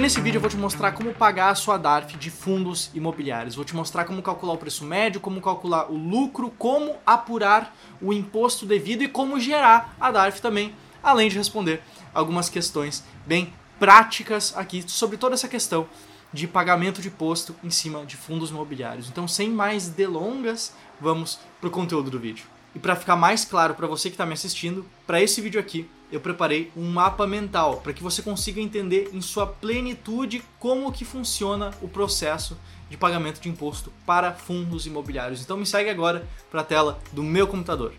nesse vídeo eu vou te mostrar como pagar a sua DARF de fundos imobiliários. Vou te mostrar como calcular o preço médio, como calcular o lucro, como apurar o imposto devido e como gerar a DARF também, além de responder algumas questões bem práticas aqui sobre toda essa questão de pagamento de imposto em cima de fundos imobiliários. Então, sem mais delongas, vamos para o conteúdo do vídeo. E para ficar mais claro para você que está me assistindo, para esse vídeo aqui, eu preparei um mapa mental para que você consiga entender em sua plenitude como que funciona o processo de pagamento de imposto para fundos imobiliários. Então me segue agora para a tela do meu computador.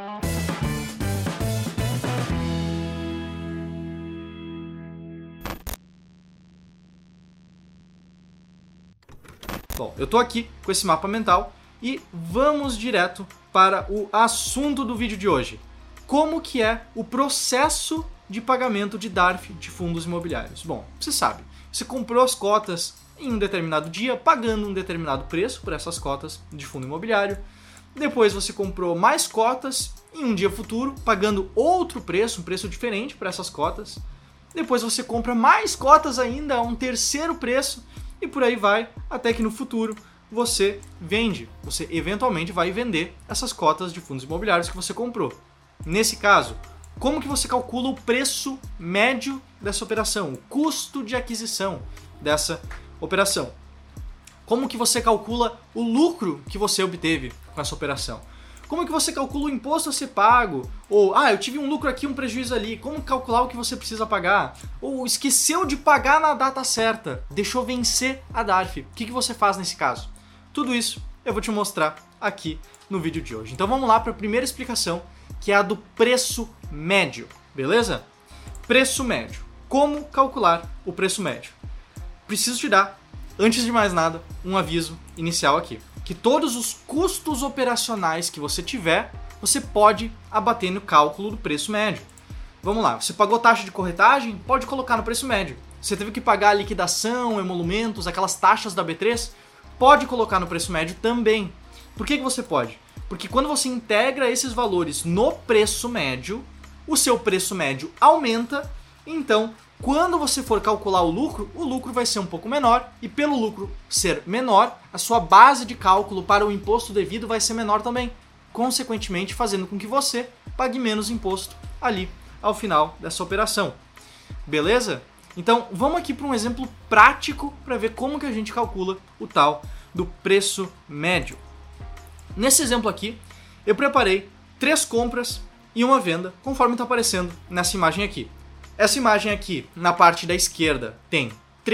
Bom, eu estou aqui com esse mapa mental e vamos direto para o assunto do vídeo de hoje. Como que é o processo de pagamento de DARF de fundos imobiliários? Bom, você sabe, você comprou as cotas em um determinado dia, pagando um determinado preço por essas cotas de fundo imobiliário. Depois você comprou mais cotas em um dia futuro, pagando outro preço, um preço diferente para essas cotas. Depois você compra mais cotas ainda a um terceiro preço e por aí vai, até que no futuro você vende. Você eventualmente vai vender essas cotas de fundos imobiliários que você comprou. Nesse caso, como que você calcula o preço médio dessa operação, o custo de aquisição dessa operação? Como que você calcula o lucro que você obteve com essa operação? Como que você calcula o imposto a ser pago? Ou, eu tive um lucro aqui, um prejuízo ali. Como calcular o que você precisa pagar? Ou esqueceu de pagar na data certa, deixou vencer a DARF. O que você faz nesse caso? Tudo isso eu vou te mostrar aqui no vídeo de hoje. Então vamos lá para a primeira explicação, que é a do preço médio, beleza? Preço médio. Como calcular o preço médio? Preciso te dar, antes de mais nada, um aviso inicial aqui. Que todos os custos operacionais que você tiver, você pode abater no cálculo do preço médio. Vamos lá, você pagou taxa de corretagem? Pode colocar no preço médio. Você teve que pagar a liquidação, emolumentos, aquelas taxas da B3? Pode colocar no preço médio também. Por que você pode? Porque quando você integra esses valores no preço médio, o seu preço médio aumenta, então quando você for calcular o lucro vai ser um pouco menor e pelo lucro ser menor, a sua base de cálculo para o imposto devido vai ser menor também, consequentemente fazendo com que você pague menos imposto ali ao final dessa operação. Beleza? Então vamos aqui para um exemplo prático para ver como que a gente calcula o tal do preço médio. Nesse exemplo aqui, eu preparei 3 compras e uma venda, conforme está aparecendo nessa imagem aqui. Essa imagem aqui, na parte da esquerda, tem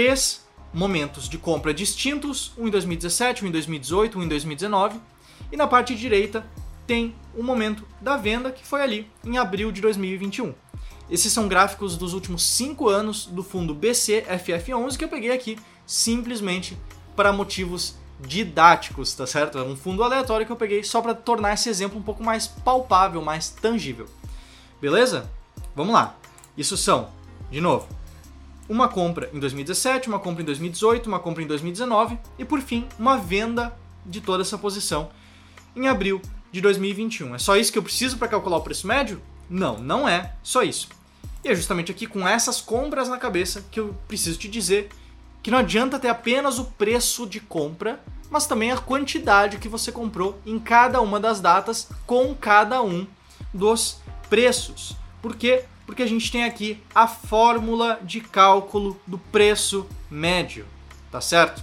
3 momentos de compra distintos, um em 2017, um em 2018, um em 2019, e na parte direita tem um momento da venda que foi ali em abril de 2021. Esses são gráficos dos últimos 5 anos do fundo BCFF11 que eu peguei aqui simplesmente para motivos didáticos, tá certo? É um fundo aleatório que eu peguei só para tornar esse exemplo um pouco mais palpável, mais tangível. Beleza? Vamos lá. Isso são, de novo, uma compra em 2017, uma compra em 2018, uma compra em 2019 e, por fim, uma venda de toda essa posição em abril de 2021. É só isso que eu preciso para calcular o preço médio? Não, não é só isso. E é justamente aqui com essas compras na cabeça que eu preciso te dizer que não adianta ter apenas o preço de compra, mas também a quantidade que você comprou em cada uma das datas com cada um dos preços. Por quê? Porque a gente tem aqui a fórmula de cálculo do preço médio, tá certo?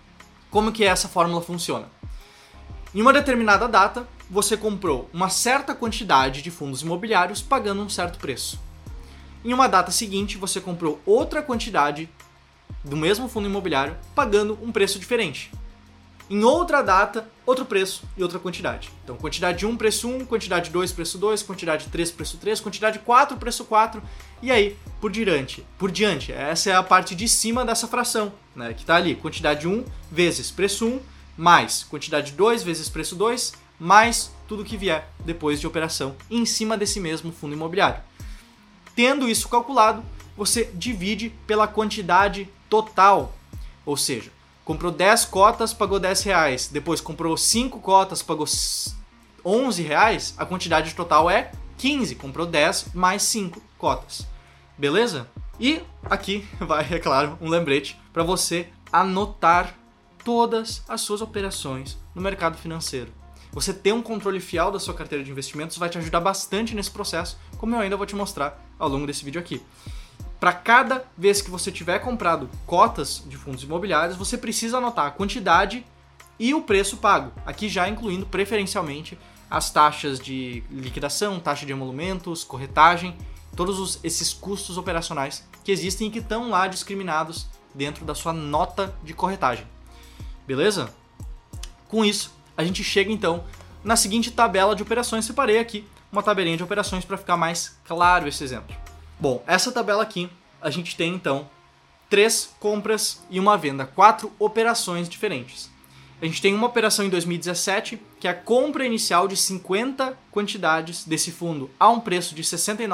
Como que essa fórmula funciona? Em uma determinada data, você comprou uma certa quantidade de fundos imobiliários pagando um certo preço. Em uma data seguinte, você comprou outra quantidade do mesmo fundo imobiliário pagando um preço diferente. Em outra data, outro preço e outra quantidade. Então, quantidade 1, preço 1, quantidade 2, preço 2, quantidade 3, preço 3, quantidade 4, preço 4, e aí por diante. Essa é a parte de cima dessa fração, né, que está ali. Quantidade 1 vezes preço 1, mais quantidade 2 vezes preço 2, mais tudo que vier depois de operação em cima desse mesmo fundo imobiliário. Tendo isso calculado, você divide pela quantidade total, ou seja, comprou 10 cotas, pagou R$10, depois comprou 5 cotas, pagou R$11, a quantidade total é 15, comprou 10 mais 5 cotas, beleza? E aqui vai, é claro, um lembrete para você anotar todas as suas operações no mercado financeiro. Você ter um controle fiel da sua carteira de investimentos vai te ajudar bastante nesse processo, como eu ainda vou te mostrar ao longo desse vídeo aqui. Para cada vez que você tiver comprado cotas de fundos imobiliários, você precisa anotar a quantidade e o preço pago, aqui já incluindo preferencialmente as taxas de liquidação, taxa de emolumentos, corretagem, todos esses custos operacionais que existem e que estão lá discriminados dentro da sua nota de corretagem. Beleza? Com isso, a gente chega então na seguinte tabela de operações. Separei aqui uma tabelinha de operações para ficar mais claro esse exemplo. Bom, essa tabela aqui, a gente tem então 3 compras e uma venda, 4 operações diferentes. A gente tem uma operação em 2017, que é a compra inicial de 50 quantidades desse fundo a um preço de R$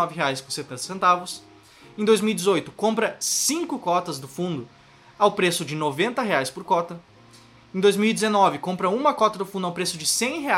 69,70. Em 2018, compra 5 cotas do fundo ao preço de R$ 90 por cota. Em 2019, compra uma cota do fundo ao preço de R$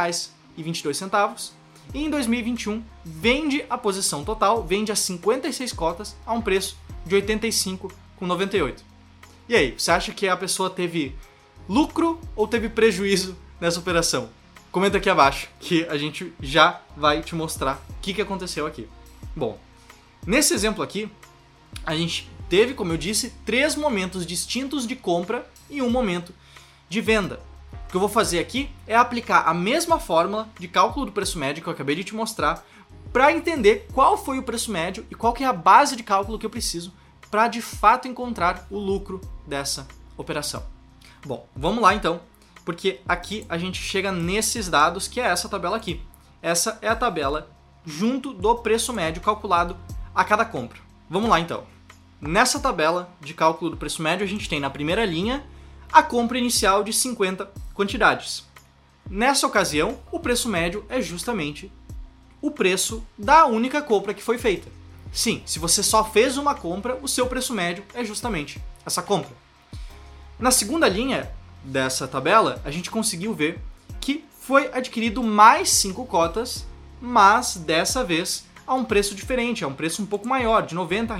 100,22. E em 2021, vende a posição total, vende as 56 cotas a um preço de R$ 85,98. E aí, você acha que a pessoa teve lucro ou teve prejuízo nessa operação? Comenta aqui abaixo que a gente já vai te mostrar o que aconteceu aqui. Bom, nesse exemplo aqui, a gente teve, como eu disse, 3 momentos distintos de compra e um momento de venda. O que eu vou fazer aqui é aplicar a mesma fórmula de cálculo do preço médio que eu acabei de te mostrar para entender qual foi o preço médio e qual que é a base de cálculo que eu preciso para de fato encontrar o lucro dessa operação. Bom, vamos lá então, porque aqui a gente chega nesses dados, que é essa tabela aqui. Essa é a tabela junto do preço médio calculado a cada compra. Vamos lá então. Nessa tabela de cálculo do preço médio, a gente tem na primeira linha a compra inicial de 50 quantidades. Nessa ocasião, o preço médio é justamente o preço da única compra que foi feita. Sim, se você só fez uma compra, o seu preço médio é justamente essa compra. Na segunda linha dessa tabela, a gente conseguiu ver que foi adquirido mais 5 cotas, mas dessa vez a um preço diferente, a um preço um pouco maior, de R$ 90.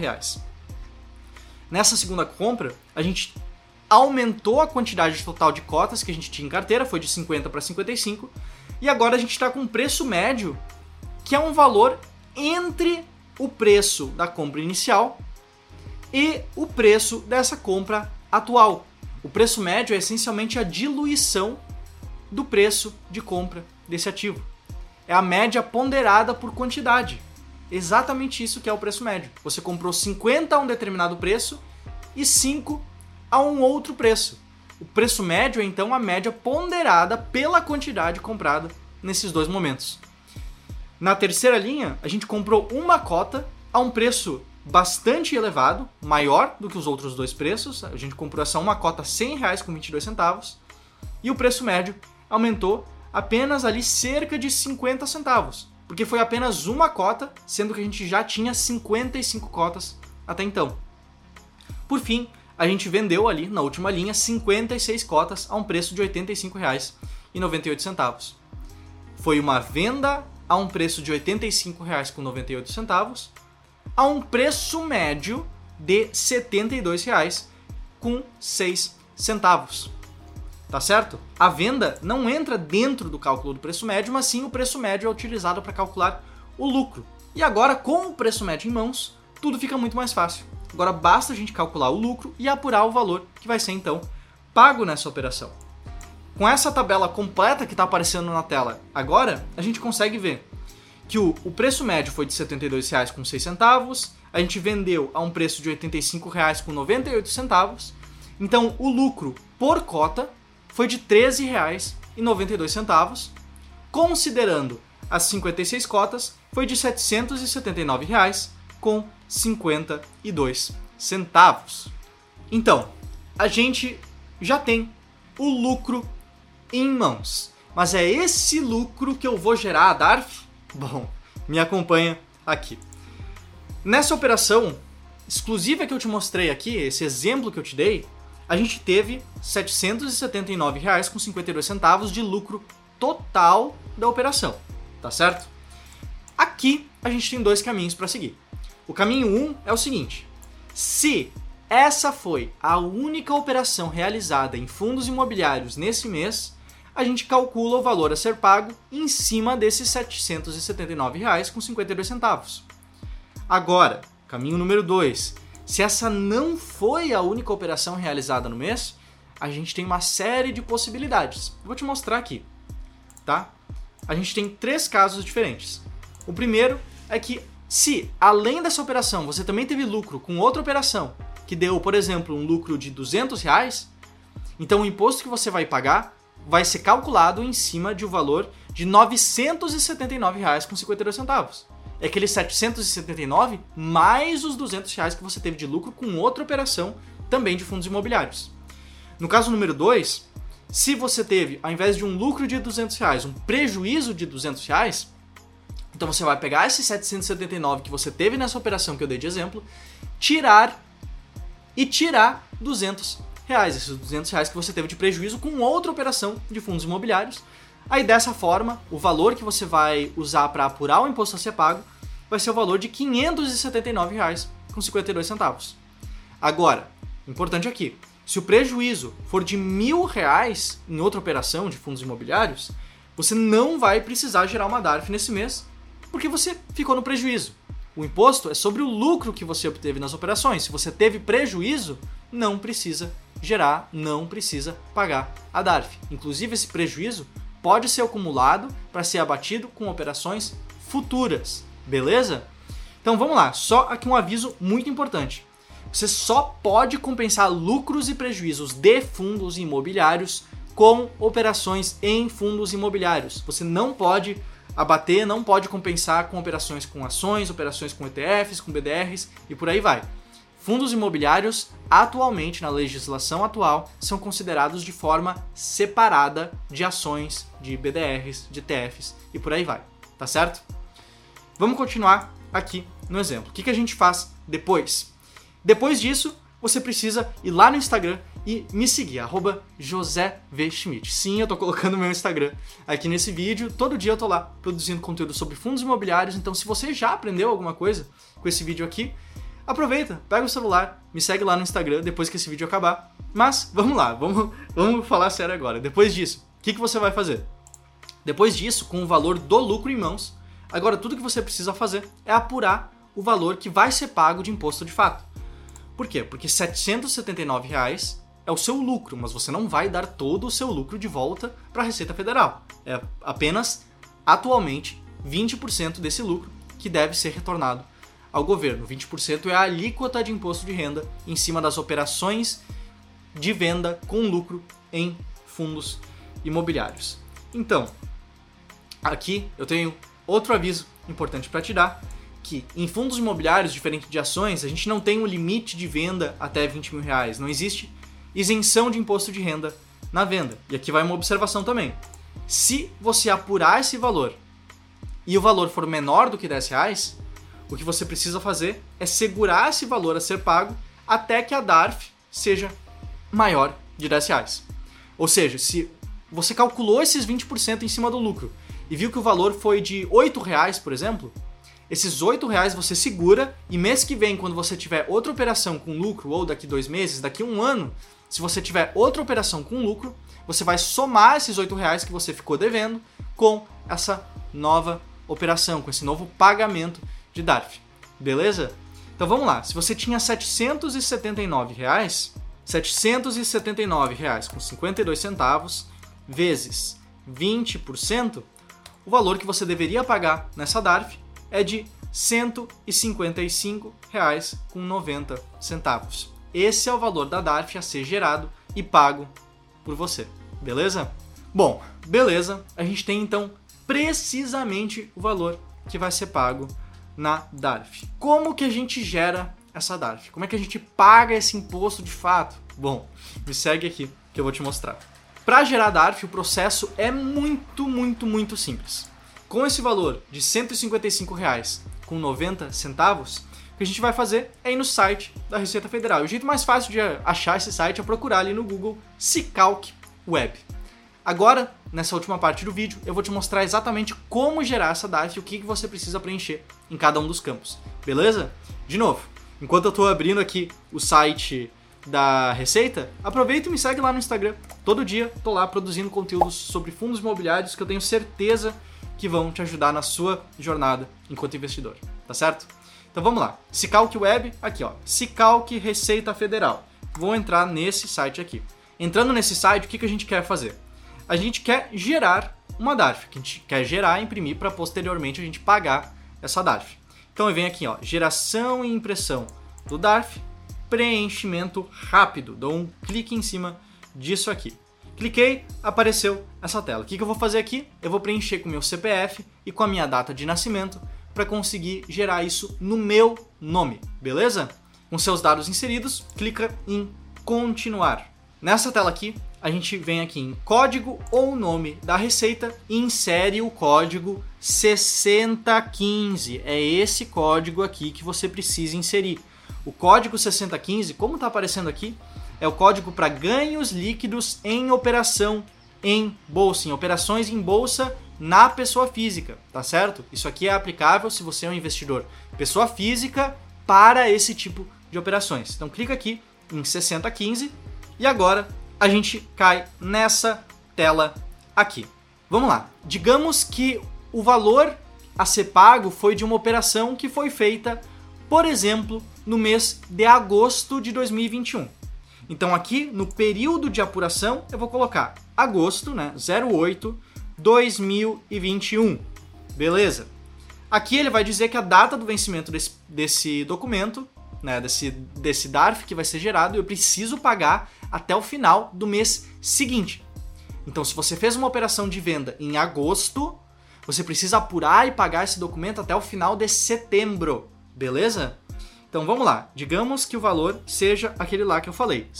Nessa segunda compra, a gente aumentou a quantidade total de cotas que a gente tinha em carteira, foi de 50 para 55, e agora a gente está com um preço médio, que é um valor entre o preço da compra inicial e o preço dessa compra atual. O preço médio é essencialmente a diluição do preço de compra desse ativo. É a média ponderada por quantidade. Exatamente isso que é o preço médio. Você comprou 50 a um determinado preço e 5 a um outro preço. O preço médio é então a média ponderada pela quantidade comprada nesses dois momentos. Na terceira linha, a gente comprou uma cota a um preço bastante elevado, maior do que os outros dois preços. A gente comprou essa uma cota R$ 100,22 e o preço médio aumentou apenas ali cerca de 50 centavos, porque foi apenas uma cota, sendo que a gente já tinha 55 cotas até então. Por fim, a gente vendeu ali na última linha 56 cotas a um preço de R$ 85,98. Foi uma venda a um preço de R$ 85,98 a um preço médio de R$ 72,06. Tá certo? A venda não entra dentro do cálculo do preço médio, mas sim o preço médio é utilizado para calcular o lucro. E agora, com o preço médio em mãos, tudo fica muito mais fácil. Agora basta a gente calcular o lucro e apurar o valor que vai ser então pago nessa operação. Com essa tabela completa que está aparecendo na tela agora, a gente consegue ver que o preço médio foi de R$ 72,06, a gente vendeu a um preço de R$ 85,98, então o lucro por cota foi de R$ 13,92, considerando as 56 cotas, foi de R$ 779,52. Então, a gente já tem o lucro em mãos, mas é esse lucro que eu vou gerar a DARF? Bom, me acompanha aqui. Nessa operação exclusiva que eu te mostrei aqui, esse exemplo que eu te dei, a gente teve R$ 779,52 de lucro total da operação, tá certo? Aqui a gente tem dois caminhos para seguir. O caminho 1 é o seguinte: Se essa foi a única operação realizada em fundos imobiliários nesse mês, a gente calcula o valor a ser pago em cima desses R$ 779,52. Agora, caminho número 2. Se essa não foi a única operação realizada no mês, a gente tem uma série de possibilidades. Eu vou te mostrar aqui, tá? A gente tem 3 casos diferentes. O primeiro é que se, além dessa operação, você também teve lucro com outra operação, que deu, por exemplo, um lucro de R$200, então o imposto que você vai pagar vai ser calculado em cima de um valor de R$ 979,52. É aquele 779 mais os R$200 que você teve de lucro com outra operação também de fundos imobiliários. No caso número 2, se você teve, ao invés de um lucro de R$200, um prejuízo de R$200, então você vai pegar esse 779 que você teve nessa operação que eu dei de exemplo, tirar R$200, esses R$200 que você teve de prejuízo com outra operação de fundos imobiliários. Aí dessa forma, o valor que você vai usar para apurar o imposto a ser pago vai ser o valor de R$ 579,52. Agora, importante aqui, se o prejuízo for de R$1.000 em outra operação de fundos imobiliários, você não vai precisar gerar uma DARF nesse mês, porque você ficou no prejuízo. O imposto é sobre o lucro que você obteve nas operações. Se você teve prejuízo, não precisa gerar, não precisa pagar a DARF. Inclusive, esse prejuízo pode ser acumulado para ser abatido com operações futuras, beleza? Então vamos lá, só aqui um aviso muito importante. Você só pode compensar lucros e prejuízos de fundos imobiliários com operações em fundos imobiliários. Você não pode abater, não pode compensar com operações com ações, operações com ETFs, com BDRs e por aí vai. Fundos imobiliários, atualmente, na legislação atual, são considerados de forma separada de ações, de BDRs, de ETFs e por aí vai, tá certo? Vamos continuar aqui no exemplo. O que a gente faz depois? Depois disso, você precisa ir lá no Instagram e me seguir, @JoséVSchmidt. Sim, eu tô colocando o meu Instagram aqui nesse vídeo. Todo dia eu tô lá produzindo conteúdo sobre fundos imobiliários. Então, se você já aprendeu alguma coisa com esse vídeo aqui, aproveita, pega o celular, me segue lá no Instagram depois que esse vídeo acabar. Mas, vamos lá, vamos falar sério agora. Depois disso, o que você vai fazer? Depois disso, com o valor do lucro em mãos, agora tudo que você precisa fazer é apurar o valor que vai ser pago de imposto de fato. Por quê? Porque R$ 779 é o seu lucro, mas você não vai dar todo o seu lucro de volta para a Receita Federal. É apenas, atualmente, 20% desse lucro que deve ser retornado ao governo. 20% é a alíquota de imposto de renda em cima das operações de venda com lucro em fundos imobiliários. Então, aqui eu tenho outro aviso importante para te dar, que em fundos imobiliários, diferente de ações, a gente não tem um limite de venda até R$20 mil. Não existe isenção de imposto de renda na venda. E aqui vai uma observação também. Se você apurar esse valor e o valor for menor do que R$10, o que você precisa fazer é segurar esse valor a ser pago até que a DARF seja maior de R$10. Ou seja, se você calculou esses 20% em cima do lucro e viu que o valor foi de R$8, por exemplo, esses R$8 você segura e mês que vem, quando você tiver outra operação com lucro, ou daqui 2 meses, daqui 1 ano, se você tiver outra operação com lucro, você vai somar esses R$8 que você ficou devendo com essa nova operação, com esse novo pagamento de DARF, beleza? Então vamos lá, se você tinha R$ 779,52 vezes 20%, o valor que você deveria pagar nessa DARF é de R$ 155,90. Esse é o valor da DARF a ser gerado e pago por você, beleza? Bom, beleza, a gente tem então precisamente o valor que vai ser pago na DARF. Como que a gente gera essa DARF? Como é que a gente paga esse imposto de fato? Bom, me segue aqui que eu vou te mostrar. Para gerar DARF, o processo é muito simples. Com esse valor de R$ 155,90, o que a gente vai fazer é ir no site da Receita Federal. O jeito mais fácil de achar esse site é procurar ali no Google Sicalc Web. Agora, nessa última parte do vídeo, eu vou te mostrar exatamente como gerar essa DARF e o que você precisa preencher em cada um dos campos. Beleza? De novo, enquanto eu estou abrindo aqui o site da Receita, aproveita e me segue lá no Instagram. Todo dia estou lá produzindo conteúdos sobre fundos imobiliários que eu tenho certeza que vão te ajudar na sua jornada enquanto investidor, tá certo? Então vamos lá, Sicalc Web, aqui ó, Sicalc Receita Federal. Vou entrar nesse site aqui. Entrando nesse site, o que a gente quer fazer? A gente quer gerar uma DARF, que a gente quer gerar e imprimir para posteriormente a gente pagar essa DARF. Então eu venho aqui, ó, geração e impressão do DARF, preenchimento rápido. Dou um clique em cima disso aqui. Cliquei, apareceu essa tela. O que eu vou fazer aqui? Eu vou preencher com o meu CPF e com a minha data de nascimento para conseguir gerar isso no meu nome, beleza? Com seus dados inseridos, clica em continuar. Nessa tela aqui, a gente vem aqui em código ou nome da receita e insere o código 6015. É esse código aqui que você precisa inserir. O código 6015, como está aparecendo aqui, é o código para ganhos líquidos em operação em bolsa, em operações em bolsa na pessoa física, tá certo? Isso aqui é aplicável se você é um investidor pessoa física para esse tipo de operações. Então clica aqui em 6015 e agora a gente cai nessa tela aqui. Vamos lá. Digamos que o valor a ser pago foi de uma operação que foi feita, por exemplo, no mês de agosto de 2021. Então aqui no período de apuração eu vou colocar agosto, né, 08 2021. Beleza? Aqui ele vai dizer que a data do vencimento desse documento, né, desse DARF que vai ser gerado, eu preciso pagar até o final do mês seguinte. Então, se você fez uma operação de venda em agosto, você precisa apurar e pagar esse documento até o final de setembro, beleza? Então, vamos lá. Digamos que o valor seja aquele lá que eu falei, R$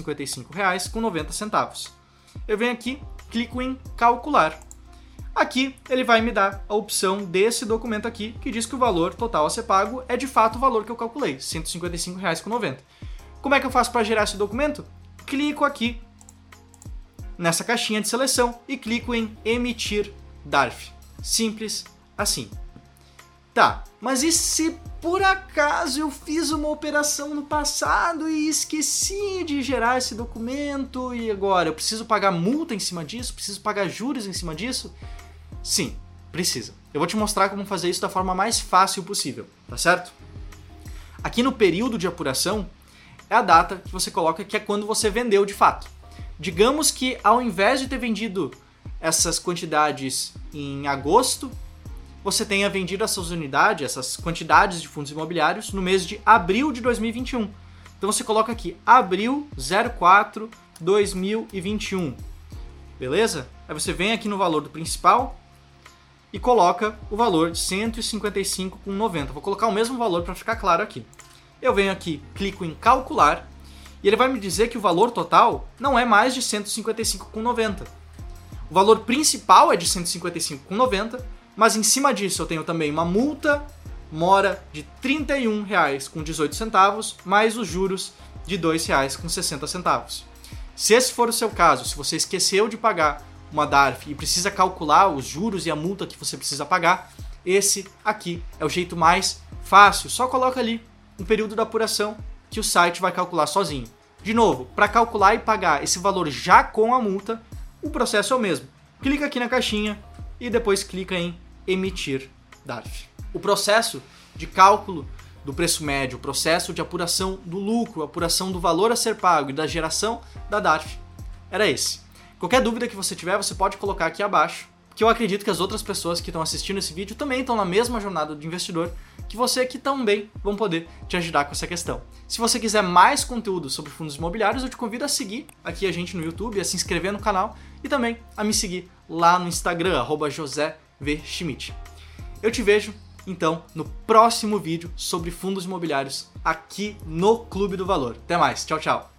155,90. Eu venho aqui, clico em calcular. Aqui ele vai me dar a opção desse documento aqui, que diz que o valor total a ser pago é de fato o valor que eu calculei, R$ 155,90. Como é que eu faço para gerar esse documento? Clico aqui nessa caixinha de seleção e clico em emitir DARF. Simples assim. Tá, mas e se por acaso eu fiz uma operação no passado e esqueci de gerar esse documento e agora eu preciso pagar multa em cima disso? Preciso pagar juros em cima disso? Sim, precisa. Eu vou te mostrar como fazer isso da forma mais fácil possível, tá certo? Aqui no período de apuração é a data que você coloca, que é quando você vendeu de fato. Digamos que ao invés de ter vendido essas quantidades em agosto, você tenha vendido essas unidades, essas quantidades de fundos imobiliários no mês de abril de 2021. Então você coloca aqui, abril 04 2021. Beleza? Aí você vem aqui no valor do principal e coloca o valor de R$ 155,90. Vou colocar o mesmo valor para ficar claro aqui. Eu venho aqui, clico em calcular e ele vai me dizer que o valor total não é mais de R$ 155,90. O valor principal é de R$ 155,90, mas em cima disso eu tenho também uma multa mora de R$ 31,18, mais os juros de R$ 2,60. Se esse for o seu caso, se você esqueceu de pagar uma DARF e precisa calcular os juros e a multa que você precisa pagar, esse aqui é o jeito mais fácil. Só coloca ali um período da apuração que o site vai calcular sozinho. De novo, para calcular e pagar esse valor já com a multa, o processo é o mesmo. Clica aqui na caixinha e depois clica em emitir DARF. O processo de cálculo do preço médio, o processo de apuração do lucro, apuração do valor a ser pago e da geração da DARF era esse. Qualquer dúvida que você tiver, você pode colocar aqui abaixo, que eu acredito que as outras pessoas que estão assistindo esse vídeo também estão na mesma jornada de investidor que você, que também vão poder te ajudar com essa questão. Se você quiser mais conteúdo sobre fundos imobiliários, eu te convido a seguir aqui a gente no YouTube, a se inscrever no canal e também a me seguir lá no Instagram, @josevschmidt. Eu te vejo, então, no próximo vídeo sobre fundos imobiliários aqui no Clube do Valor. Até mais, tchau, tchau!